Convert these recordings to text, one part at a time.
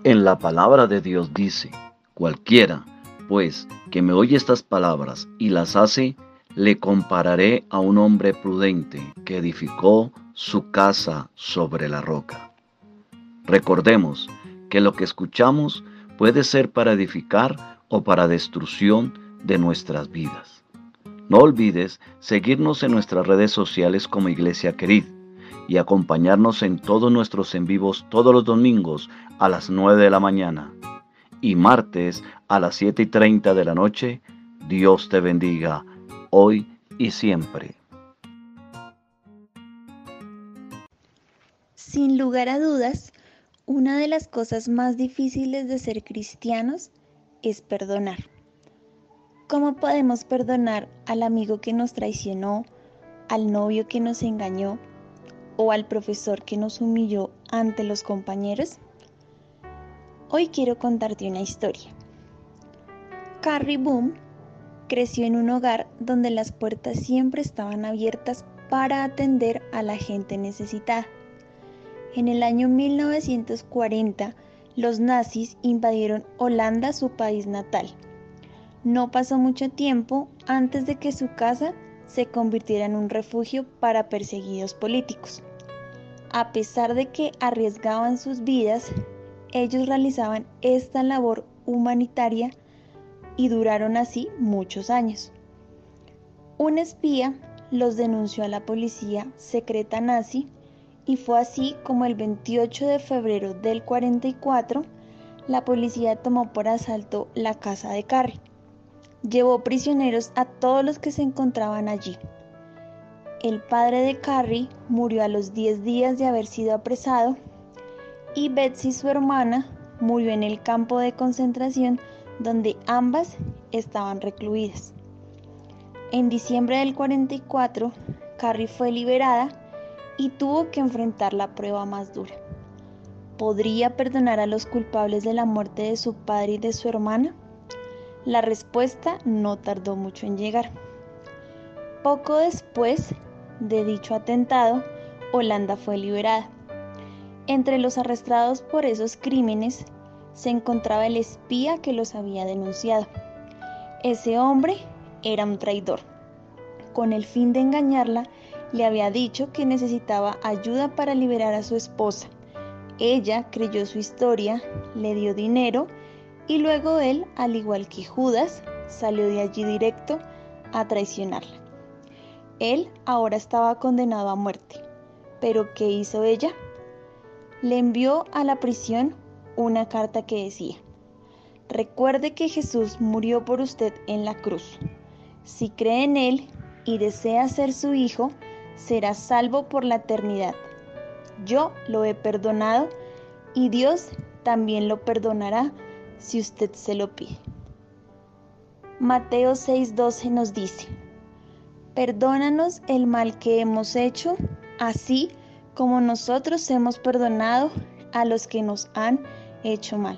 En la palabra de Dios dice, cualquiera, pues, que me oye estas palabras y las hace, le compararé a un hombre prudente que edificó su casa sobre la roca. Recordemos que lo que escuchamos puede ser para edificar o para destrucción de nuestras vidas. No olvides seguirnos en nuestras redes sociales como Iglesia Querid y acompañarnos en todos nuestros en vivos todos los domingos a las 9 de la mañana y martes a las 7:30 de la noche. Dios te bendiga, hoy y siempre. Sin lugar a dudas, una de las cosas más difíciles de ser cristianos es perdonar. ¿Cómo podemos perdonar al amigo que nos traicionó, al novio que nos engañó o al profesor que nos humilló ante los compañeros? Hoy quiero contarte una historia. Carrie Boom creció en un hogar donde las puertas siempre estaban abiertas para atender a la gente necesitada. En el año 1940, los nazis invadieron Holanda, su país natal. No pasó mucho tiempo antes de que su casa se convirtiera en un refugio para perseguidos políticos. A pesar de que arriesgaban sus vidas, ellos realizaban esta labor humanitaria y duraron así muchos años. Un espía los denunció a la policía secreta nazi y fue así como el 28 de febrero del 44 la policía tomó por asalto la casa de Carrie. Llevó prisioneros a todos los que se encontraban allí. El padre de Carrie murió a los 10 días de haber sido apresado y Betsy, su hermana, murió en el campo de concentración donde ambas estaban recluidas. En diciembre del 44, Carrie fue liberada y tuvo que enfrentar la prueba más dura. ¿Podría perdonar a los culpables de la muerte de su padre y de su hermana? La respuesta no tardó mucho en llegar. Poco después de dicho atentado, Holanda fue liberada. Entre los arrestados por esos crímenes se encontraba el espía que los había denunciado. Ese hombre era un traidor. Con el fin de engañarla, le había dicho que necesitaba ayuda para liberar a su esposa. Ella creyó su historia, le dio dinero y luego él, al igual que Judas, salió de allí directo a traicionarla. Él ahora estaba condenado a muerte. ¿Pero qué hizo ella? Le envió a la prisión una carta que decía: recuerde que Jesús murió por usted en la cruz. Si cree en Él y desea ser su hijo, será salvo por la eternidad. Yo lo he perdonado y Dios también lo perdonará si usted se lo pide. Mateo 6:12 nos dice: perdónanos el mal que hemos hecho, así como nosotros hemos perdonado a los que nos han hecho mal.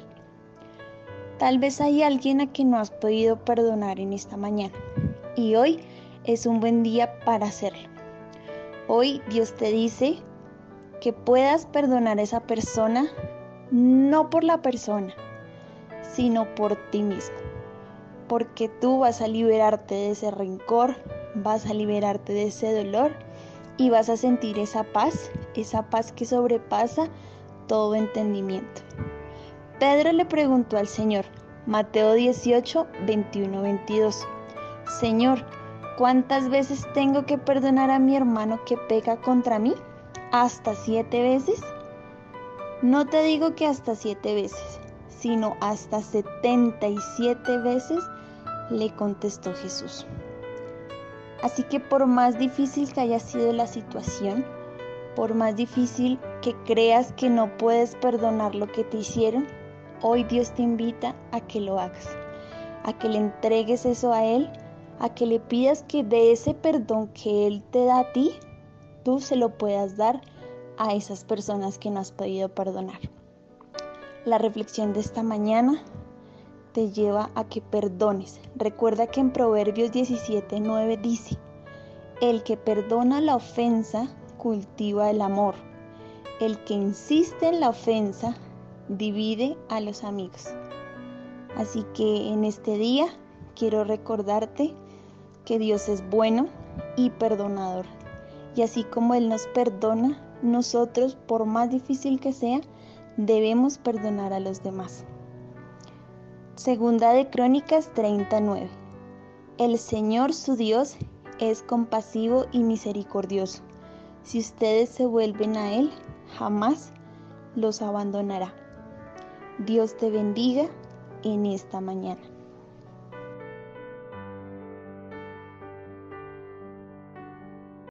Tal vez hay alguien a quien no has podido perdonar en esta mañana y hoy es un buen día para hacerlo. Hoy Dios te dice que puedas perdonar a esa persona, no por la persona, sino por ti mismo, porque tú vas a liberarte de ese rencor, vas a liberarte de ese dolor y vas a sentir esa paz que sobrepasa todo entendimiento. Pedro le preguntó al Señor, Mateo 18, 21-22, Señor, ¿cuántas veces tengo que perdonar a mi hermano que peca contra mí? ¿Hasta 7 veces? No te digo que hasta 7 veces, sino hasta 77 veces, le contestó Jesús. Así que por más difícil que haya sido la situación, por más difícil que creas que no puedes perdonar lo que te hicieron, hoy Dios te invita a que lo hagas, a que le entregues eso a Él, a que le pidas que de ese perdón que Él te da a ti, tú se lo puedas dar a esas personas que no has podido perdonar. La reflexión de esta mañana te lleva a que perdones. Recuerda que en Proverbios 17:9 dice: el que perdona la ofensa cultiva el amor. El que insiste en la ofensa divide a los amigos. Así que en este día quiero recordarte que Dios es bueno y perdonador. Y así como Él nos perdona, nosotros, por más difícil que sea, debemos perdonar a los demás. Segunda de Crónicas 39. El Señor su Dios es compasivo y misericordioso. Si ustedes se vuelven a Él, jamás los abandonará. Dios te bendiga en esta mañana.